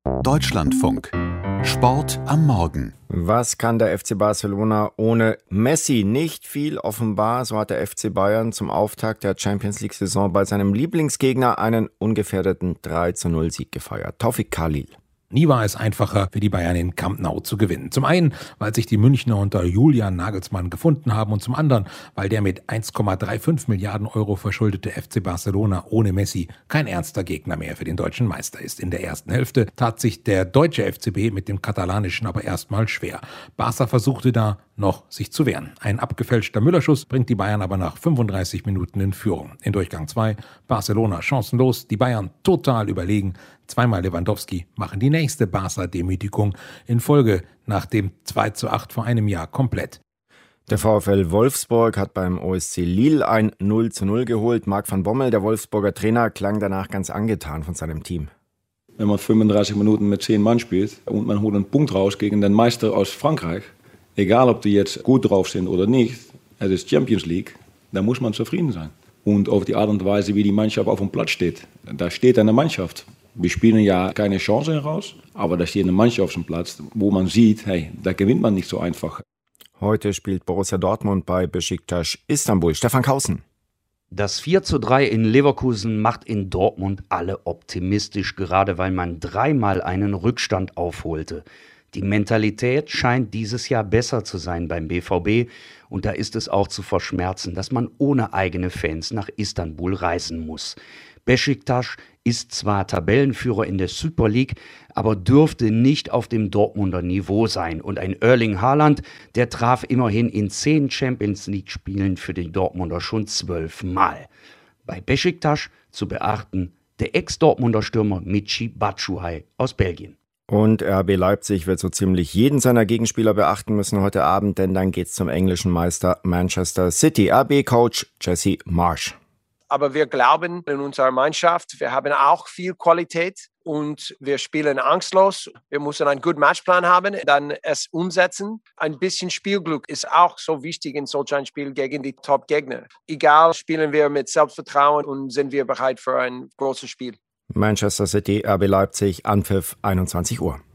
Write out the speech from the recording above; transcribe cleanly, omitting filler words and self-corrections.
Deutschlandfunk. Sport am Morgen. Was kann der FC Barcelona ohne Messi? Nicht viel offenbar. So hat der FC Bayern zum Auftakt der Champions-League-Saison bei seinem Lieblingsgegner einen ungefährdeten 3:0-Sieg gefeiert. Taufik Khalil. Nie war es einfacher für die Bayern in Camp Nou zu gewinnen. Zum einen, weil sich die Münchner unter Julian Nagelsmann gefunden haben und zum anderen, weil der mit 1,35 Milliarden Euro verschuldete FC Barcelona ohne Messi kein ernster Gegner mehr für den deutschen Meister ist. In der ersten Hälfte tat sich der deutsche FCB mit dem katalanischen aber erstmal schwer. Barca versuchte da noch sich zu wehren. Ein abgefälschter Müllerschuss bringt die Bayern aber nach 35 Minuten in Führung. In Durchgang 2 Barcelona chancenlos, die Bayern total überlegen. Zweimal Lewandowski machen die nächste Barca-Demütigung in Folge nach dem 2:8 vor einem Jahr komplett. Der VfL Wolfsburg hat beim OSC Lille ein 0:0 geholt. Marc van Bommel, der Wolfsburger Trainer, klang danach ganz angetan von seinem Team. Wenn man 35 Minuten mit 10 Mann spielt und man holt einen Punkt raus gegen den Meister aus Frankreich, egal ob die jetzt gut drauf sind oder nicht, es ist Champions League, da muss man zufrieden sein. Und auf die Art und Weise, wie die Mannschaft auf dem Platz steht, da steht eine Mannschaft. Wir spielen ja keine Chance heraus, aber da steht eine Mannschaft auf dem Platz, wo man sieht, hey, da gewinnt man nicht so einfach. Heute spielt Borussia Dortmund bei Beşiktaş Istanbul. Stefan Kaußen. Das 4:3 in Leverkusen macht in Dortmund alle optimistisch, gerade weil man dreimal einen Rückstand aufholte. Die Mentalität scheint dieses Jahr besser zu sein beim BVB und da ist es auch zu verschmerzen, dass man ohne eigene Fans nach Istanbul reisen muss. Beşiktaş ist zwar Tabellenführer in der Super League, aber dürfte nicht auf dem Dortmunder Niveau sein. Und ein Erling Haaland, der traf immerhin in 10 Champions-League-Spielen für die Dortmunder schon 12 Mal. Bei Beşiktaş zu beachten der Ex-Dortmunder Stürmer Michy Batshuayi aus Belgien. Und RB Leipzig wird so ziemlich jeden seiner Gegenspieler beachten müssen heute Abend, denn dann geht's zum englischen Meister Manchester City. RB-Coach Jesse Marsch. Aber wir glauben in unserer Mannschaft, wir haben auch viel Qualität und wir spielen angstlos. Wir müssen einen guten Matchplan haben, dann es umsetzen. Ein bisschen Spielglück ist auch so wichtig in solch einem Spiel gegen die Top-Gegner. Egal, spielen wir mit Selbstvertrauen und sind wir bereit für ein großes Spiel. Manchester City, RB Leipzig, Anpfiff 21 Uhr.